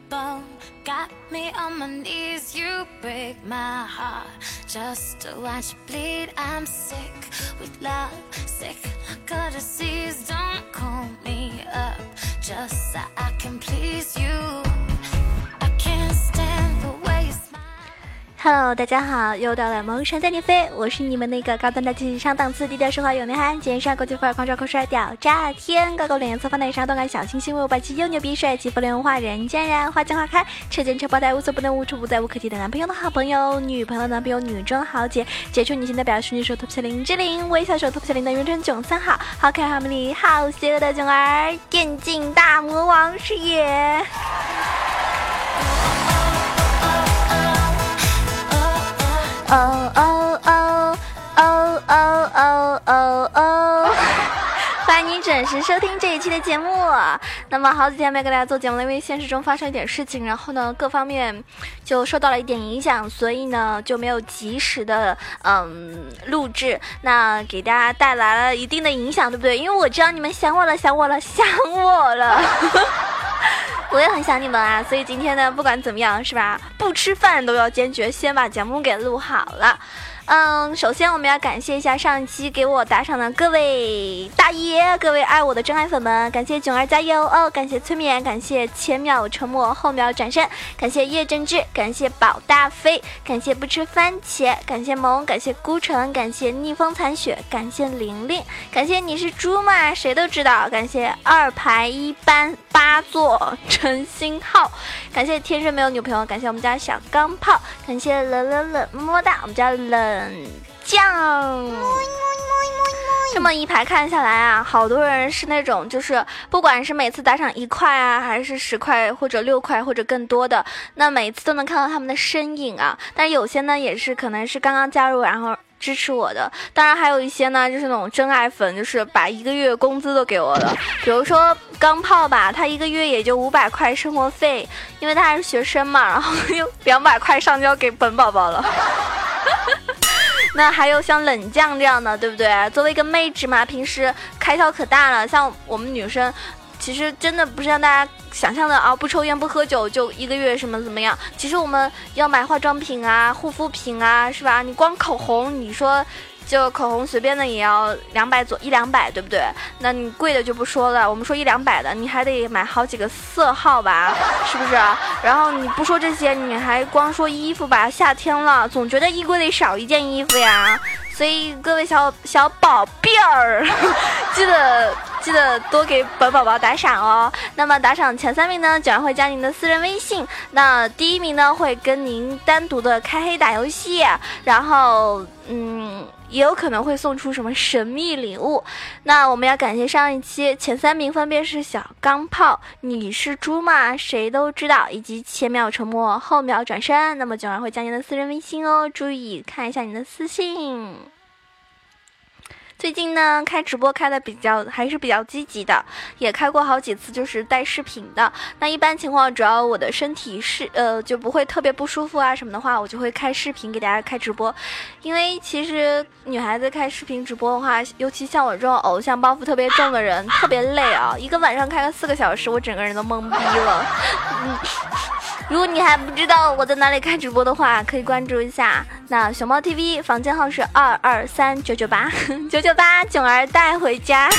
bone, got me on my knees, you break my heart. Just to watch you bleed, I'm sick with love, sick like a disease. Don't call me up, just so I can please you. I can't stand the way you smile. Hello， 大家好，又到了萌神带你飞，我是你们那个高端大气上档次、低调奢华有内涵、肩上国际范儿、狂拽酷帅屌炸天、高冷颜色放内伤、动感小清新、威武霸气又牛逼帅气风流文化人见人花见花开、车见车爆胎无所不能无处不在无可替代男朋友的好朋友、女朋友的男朋友、女中豪杰、杰出女性代表、淑女手 top 林志玲、微笑手 top 林的原称囧三好、好可爱好美丽好邪恶的囧儿、电竞大魔王是也。哦哦哦哦哦哦哦哦！欢迎你准时收听这一期的节目。那么好几天没跟大家做节目了，因为现实中发生一点事情，然后呢各方面就受到了一点影响，所以呢就没有及时的录制，那给大家带来了一定的影响，对不对？因为我知道你们想我了，想我了，想我了。我也很想你们啊，所以今天呢不管怎么样是吧，不吃饭都要坚决先把节目给录好了。首先我们要感谢一下上一期给我打赏的各位大爷，各位爱我的真爱粉们，感谢囧儿加油哦，感谢催眠，感谢前秒沉默后秒转身，感谢叶真志，感谢宝大飞，感谢不吃番茄，感谢萌，感谢孤城，感谢逆风残雪，感谢玲玲，感谢你是猪吗？谁都知道，感谢二排一班八座陈星浩，感谢天生没有女朋友，感谢我们家小钢炮，感谢冷么么哒，我们家冷酱。这么一排看下来啊，好多人是那种就是不管是每次打赏1块啊，还是10块或者6块或者更多的，那每次都能看到他们的身影啊。但是有些呢也是可能是刚刚加入然后支持我的，当然还有一些呢就是那种真爱粉，就是把1个月工资都给我的。比如说钢炮吧，他1个月也就500块生活费，因为他还是学生嘛，然后用200块上交给本宝宝了。那还有像冷酱这样的，对不对？作为一个妹纸嘛，平时开销可大了，像我们女生其实真的不是像大家想象的啊，不抽烟不喝酒就1个月什么怎么样。其实我们要买化妆品啊、护肤品啊，是吧？你光口红，你说就口红随便的也要200左100-200，对不对？那你贵的就不说了，我们说100-200的，你还得买好几个色号吧，是不是？然后你不说这些，你还光说衣服吧，夏天了，总觉得衣柜里少一件衣服呀。所以各位小宝贝儿，记得多给本宝宝打赏哦。那么打赏前3名呢，竟然会加您的私人微信。那第1名呢，会跟您单独的开黑打游戏，然后也有可能会送出什么神秘礼物。那我们要感谢上一期前3名分别是小钢炮、你是猪吗？谁都知道，以及前秒沉默后秒转身。那么囧儿会加您的私人微信哦，注意看一下你的私信。最近呢开直播开的还是比较积极的，也开过好几次就是带视频的。那一般情况只要我的身体就不会特别不舒服啊什么的话，我就会开视频给大家开直播。因为其实女孩子开视频直播的话，尤其像我这种偶像包袱特别重的人，特别累啊，一个晚上开个4个小时，我整个人都懵逼了。如果你还不知道我在哪里开直播的话，可以关注一下那熊猫 TV， 房间号是223998囧儿带回家。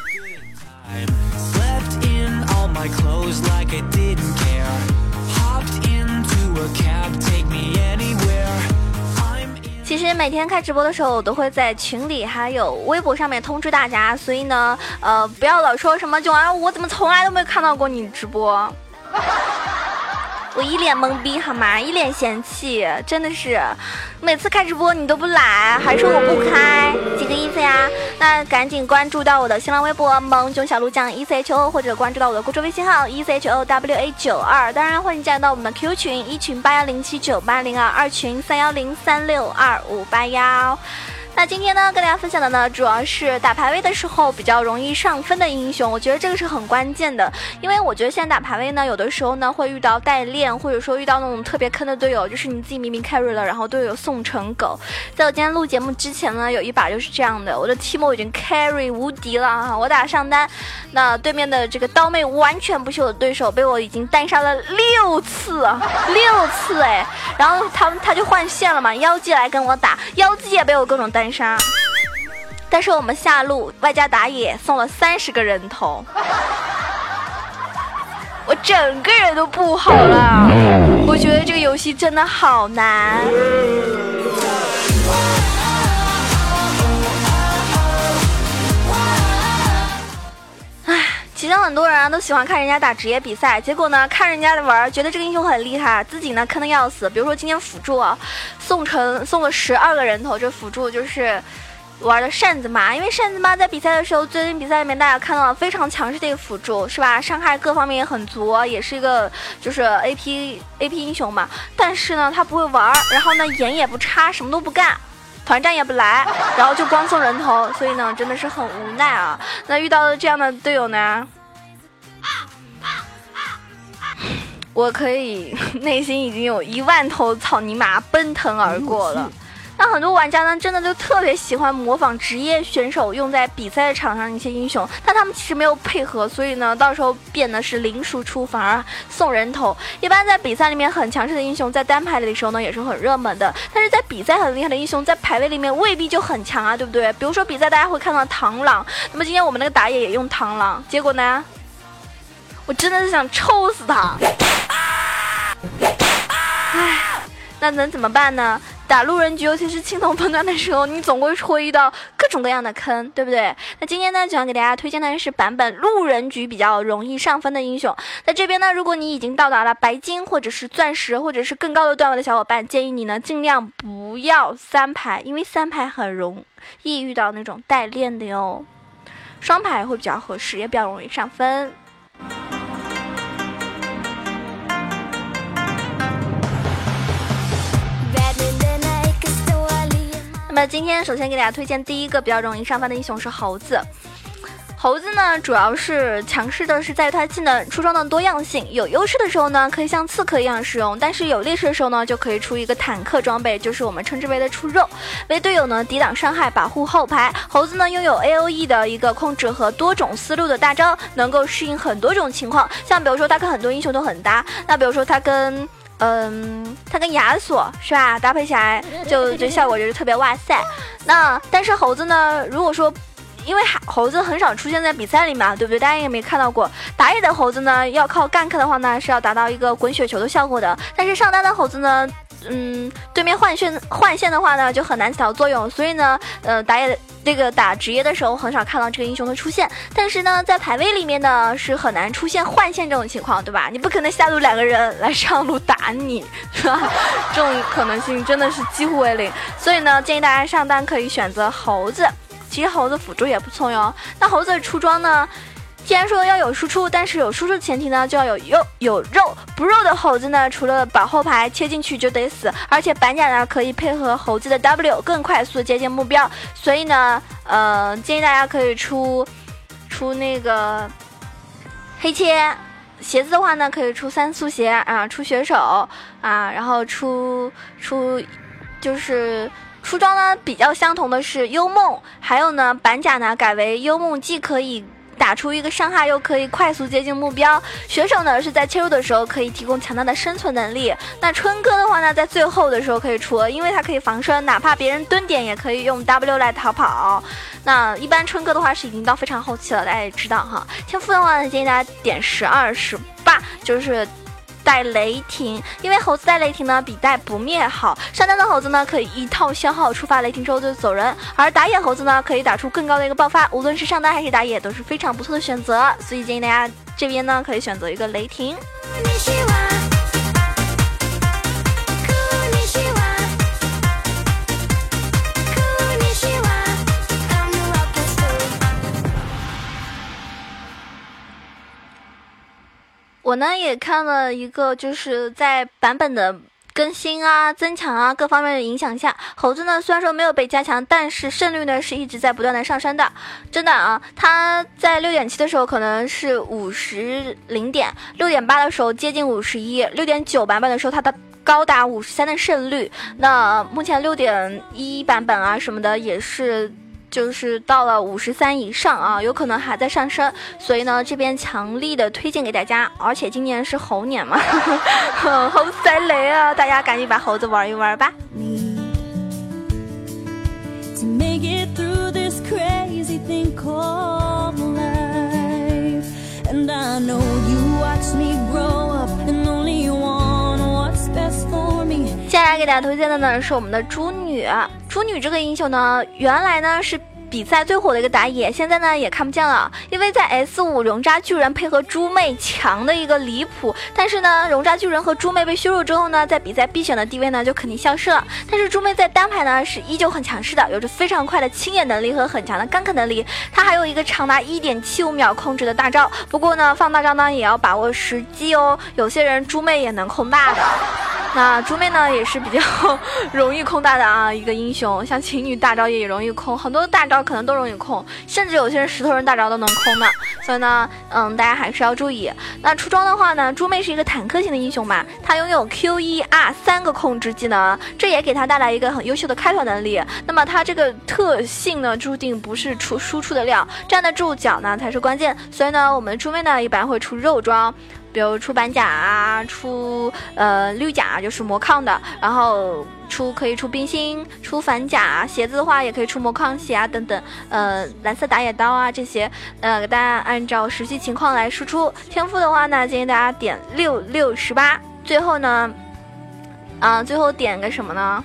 其实每天开直播的时候，我都会在群里还有微博上面通知大家，所以呢不要老说什么囧儿我怎么从来都没有看到过你直播。我一脸懵逼好吗？一脸嫌弃，真的是每次开直播你都不来，还说我不开，几个意思呀？那赶紧关注到我的新浪微博萌囧小鹿酱 ECHO， 或者关注到我的公众微信号 ECHOWA92， 当然欢迎加入到我们的 Q 群，1群81079802，2群310362581。 那今天呢，跟大家分享的呢，主要是打排位的时候比较容易上分的英雄，我觉得这个是很关键的，因为我觉得现在打排位呢，有的时候呢会遇到代练，或者说遇到那种特别坑的队友，就是你自己明明 carry 了，然后队友送成狗。在我今天录节目之前呢，有一把就是这样的，我的 Timo 已经 carry 无敌了啊！我打上单，那对面的这个刀妹完全不是我的对手，被我已经单杀了6次，6次哎，然后他就换线了嘛，妖姬来跟我打，妖姬也被我各种单杀，但是我们下路外加打野送了30个人头，我整个人都不好了，我觉得这个游戏真的好难。其实很多人啊都喜欢看人家打职业比赛，结果呢看人家的玩，觉得这个英雄很厉害，自己呢坑的要死。比如说今天辅助啊，送了12个人头，这辅助就是玩的扇子妈，因为扇子妈在比赛的时候，最近比赛里面大家看到了非常强势的一个辅助，是吧？伤害各方面也很足，也是一个就是 AP 英雄嘛。但是呢他不会玩，然后呢眼也不插，什么都不干。团战也不来，然后就光送人头，所以呢真的是很无奈啊。那遇到了这样的队友呢，我可以内心已经有10000头草泥马奔腾而过了。那很多玩家呢真的就特别喜欢模仿职业选手用在比赛场上的一些英雄，但他们其实没有配合，所以呢到时候变的是零输出，反而送人头。一般在比赛里面很强势的英雄在单排里的时候呢也是很热门的，但是在比赛很厉害的英雄在排位里面未必就很强啊，对不对？比如说比赛大家会看到螳螂，那么今天我们那个打野也用螳螂，结果呢我真的是想抽死他。唉，那能怎么办呢？打路人局，尤其是青铜分段的时候，你总会遇到各种各样的坑，对不对？那今天呢，就想给大家推荐的是版本路人局比较容易上分的英雄。在这边呢，如果你已经到达了白金或者是钻石或者是更高的段位的小伙伴，建议你呢尽量不要3排，因为3排很容易遇到那种代练的哟。双排会比较合适，也比较容易上分。那么今天首先给大家推荐第一个比较容易上分的英雄是猴子。猴子呢主要是强势的是在它技能出装的多样性，有优势的时候呢可以像刺客一样使用，但是有劣势的时候呢就可以出一个坦克装备，就是我们称之为的出肉，为队友呢抵挡伤害，保护后排。猴子呢拥有 AOE 的一个控制和多种思路的大招，能够适应很多种情况，像比如说它跟很多英雄都很搭，那比如说它跟亚索是吧，搭配起来就效果就是特别哇塞。那但是猴子呢，如果说因为猴子很少出现在比赛里嘛，对不对？大家也没看到过。打野的猴子呢，要靠gank的话呢，是要达到一个滚雪球的效果的。但是上单的猴子呢，对面换线的话呢，就很难起到作用。所以呢，打职业的时候很少看到这个英雄的出现。但是呢，在排位里面呢，是很难出现换线这种情况，对吧？你不可能下路2个人来上路打你，是吧？这种可能性真的是几乎为零。所以呢，建议大家上单可以选择猴子。其实猴子辅助也不错哟。那猴子的出装呢，既然说要有输出，但是有输出的前提呢，就要有肉。不肉的猴子呢，除了保后排切进去就得死，而且板甲呢可以配合猴子的 W 更快速的接近目标。所以呢，建议大家可以出那个黑切。鞋子的话呢，可以出3速鞋啊，出血手啊，然后出就是出装呢比较相同的是幽梦，还有呢板甲呢改为幽梦，既可以打出一个伤害，又可以快速接近目标。血手呢是在切入的时候可以提供强大的生存能力。那春哥的话呢，在最后的时候可以出，因为它可以防身，哪怕别人蹲点也可以用 W 来逃跑。那一般春哥的话是已经到非常后期了，大家也知道哈。天赋的话呢，建议大家点12、18，就是带雷霆，因为猴子带雷霆呢比带不灭好。上单的猴子呢可以一套消耗，触发雷霆之后就走人，而打野猴子呢可以打出更高的一个爆发，无论是上单还是打野都是非常不错的选择，所以建议大家这边呢可以选择一个雷霆。我呢也看了一个，就是在版本的更新啊、增强啊各方面的影响下，猴子呢虽然说没有被加强，但是胜率呢是一直在不断的上升的。真的啊，它在 6.7 的时候可能是50点，6.8 的时候接近51， 6.9 版本的时候它的高达53的胜率。那目前 6.1 版本啊什么的也是就是到了53以上啊，有可能还在上升，所以呢这边强力的推荐给大家。而且今年是猴年嘛，猴塞雷啊，大家赶紧把猴子玩一玩吧。接下来给大家推荐的呢是我们的猪女。猪女这个英雄呢，原来呢是比赛最火的一个打野，现在呢也看不见了，因为在 S5 熔渣巨人配合猪妹强的一个离谱，但是呢熔渣巨人和猪妹被削弱之后呢，在比赛必选的地位呢就肯定消失了。但是猪妹在单排呢是依旧很强势的，有着非常快的清野能力和很强的gank能力，它还有一个长达 1.75 秒控制的大招，不过呢放大招呢也要把握时机哦，有些人猪妹也能控大的。那猪妹呢也是比较容易控大的啊一个英雄，像情侣大招也容易控，很多大招可能都容易控，甚至有些人石头人大招都能控的，所以呢大家还是要注意。那出装的话呢，猪妹是一个坦克型的英雄嘛，她拥有 Q1R 3个控制技能，这也给她带来一个很优秀的开团能力。那么她这个特性呢注定不是输出的料，站得住脚呢才是关键，所以呢我们猪妹呢一般会出肉装，比如出板甲啊，出绿甲就是魔抗的，然后可以出冰心，出反甲，鞋子的话也可以出魔抗鞋啊等等，蓝色打野刀啊这些，给大家按照实际情况来输出。天赋的话呢，建议大家点6618，最后呢，最后点个什么呢？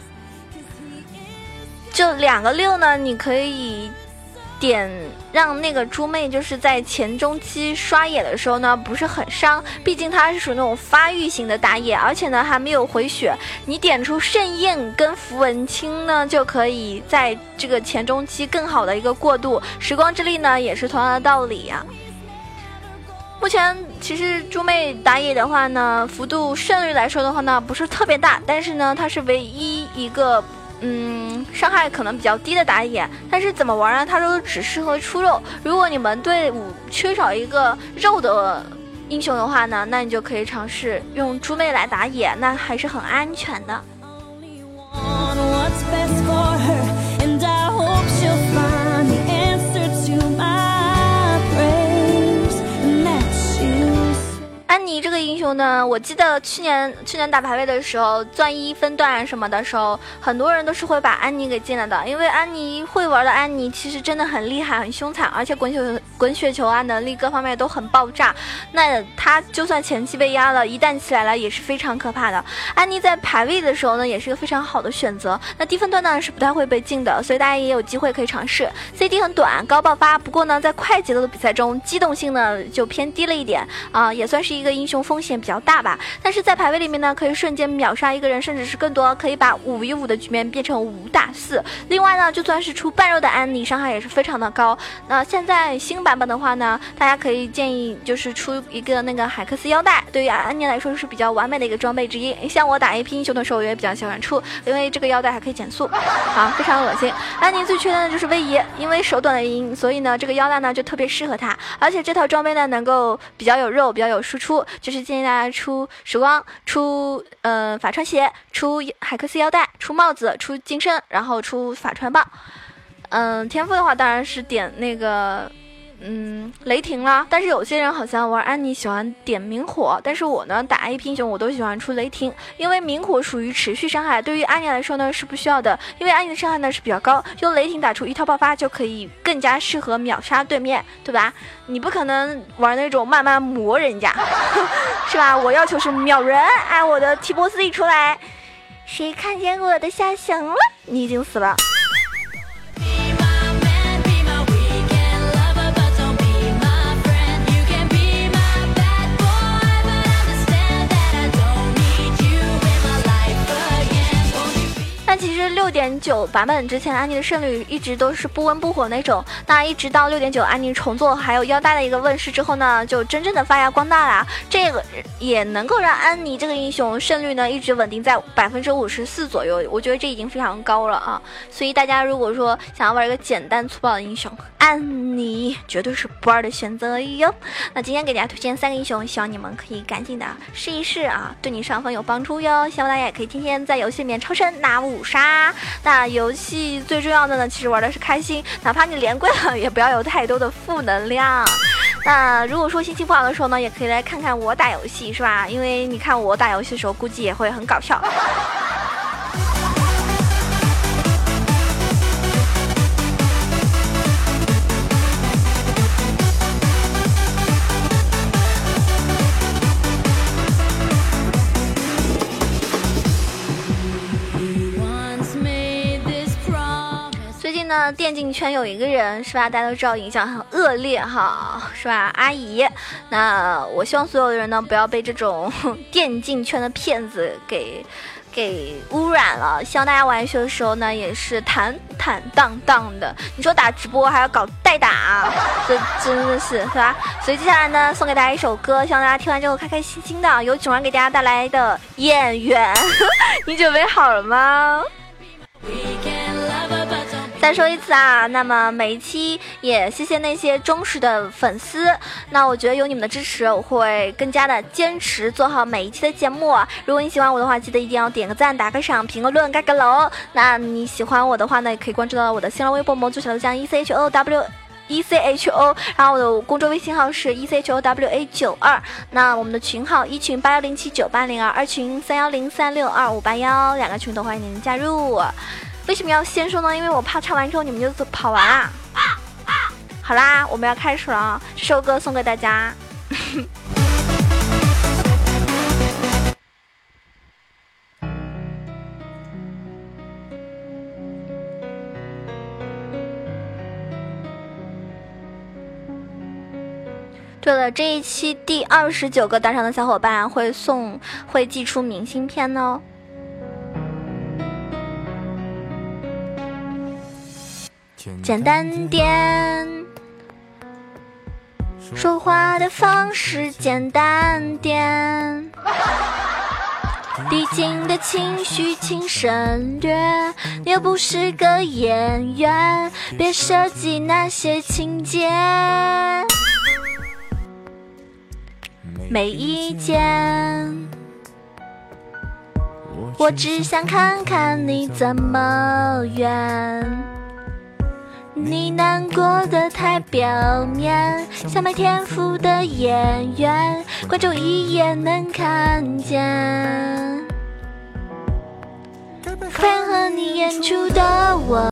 就2个6呢，你可以点让那个猪妹就是在前中期刷野的时候呢不是很伤，毕竟它是属于那种发育型的打野，而且呢还没有回血，你点出盛宴跟符文清呢就可以在这个前中期更好的一个过渡。时光之力呢也是同样的道理啊。目前其实猪妹打野的话呢，幅度胜率来说的话呢不是特别大，但是呢它是唯一一个伤害可能比较低的打野，但是怎么玩呢？它都只适合出肉。如果你们队伍缺少一个肉的英雄的话呢，那你就可以尝试用猪妹来打野，那还是很安全的。安妮这个英雄呢，我记得去年打排位的时候，钻1分段什么的时候，很多人都是会把安妮给进了的，因为安妮会玩的安妮其实真的很厉害，很凶残，而且滚雪球啊能力各方面都很爆炸。那她就算前期被压了，一旦起来了也是非常可怕的。安妮在排位的时候呢，也是一个非常好的选择。那低分段呢是不太会被禁的，所以大家也有机会可以尝试。CD 很短，高爆发，不过呢在快节奏的比赛中，机动性呢就偏低了一点啊，也算是一个英雄风险比较大吧，但是在排位里面呢，可以瞬间秒杀一个人，甚至是更多，可以把5v5的局面变成5打4。另外呢，就算是出半肉的安妮，伤害也是非常的高。那现在新版本的话呢，大家可以建议就是出一个那个海克斯腰带，对于安妮来说是比较完美的一个装备之一。像我打 AP 英雄的时候，我也比较喜欢出，因为这个腰带还可以减速，非常恶心。安妮最缺的就是位移，因为手短的原因，所以呢这个腰带呢就特别适合她，而且这套装备呢能够比较有肉，比较有输出，就是建议大家出时光，出法穿鞋，出海克斯腰带，出帽子，出金身，然后出法穿棒。天赋的话当然是点那个雷霆啦，但是有些人好像玩安妮喜欢点明火，但是我呢打 AP 英雄我都喜欢出雷霆，因为明火属于持续伤害，对于安妮来说呢是不需要的，因为安妮的伤害呢是比较高，用雷霆打出一套爆发就可以更加适合秒杀对面，对吧？你不可能玩那种慢慢磨人家是吧？我要求是秒人，我的 T 波斯一出来，谁看见我的下降了？你已经死了。 但其实6.9版本之前安妮的胜率一直都是不温不火那种，那一直到6.9安妮重做还有腰带的一个问世之后呢，就真正的发扬光大了。这个也能够让安妮这个英雄胜率呢一直稳定在54%左右，我觉得这已经非常高了啊。所以大家如果说想要玩一个简单粗暴的英雄，安妮绝对是不二的选择哟。那今天给大家推荐3个英雄，希望你们可以赶紧的试一试啊，对你上分有帮助哟。希望大家也可以天天在游戏里面超神拿5杀。那游戏最重要的呢，其实玩的是开心，哪怕你连跪了也不要有太多的负能量。那如果说心情不好的时候呢，也可以来看看我打游戏，是吧？因为你看我打游戏的时候估计也会很搞笑。电竞圈有一个人是吧，大家都知道影响很恶劣哈，是吧，阿姨。那我希望所有的人呢不要被这种电竞圈的骗子给污染了，希望大家玩游戏的时候呢也是坦坦荡荡的。你说打直播还要搞代打，这真的是吧？所以接下来呢送给大家一首歌，希望大家听完之后开开心心的。由囧儿给大家带来的《演员》你准备好了吗？再说一次啊，那么每一期也谢谢那些忠实的粉丝，那我觉得有你们的支持，我会更加的坚持做好每一期的节目。如果你喜欢我的话，记得一定要点个赞、打个赏、评个论、盖个楼。那你喜欢我的话呢，也可以关注到我的新浪微博“魔族小豆浆 ECHO，然后我的公众微信号是 ECHOWA92。那我们的群号1群81079802，2群310362581，两个群都欢迎您加入。为什么要先说呢？因为我怕唱完之后你们就跑完啊。好啦，我们要开始了啊！这首歌送给大家。对了，这一期第29个打赏的小伙伴会寄出明信片哦。简单点，说话的方式简单点，递进的情绪请省略，你又不是个演员，别设计那些情节。没意见，我只想看看你怎么圆。你难过的太表面，像没天赋的演员，观众一眼能看见。配合你演出的我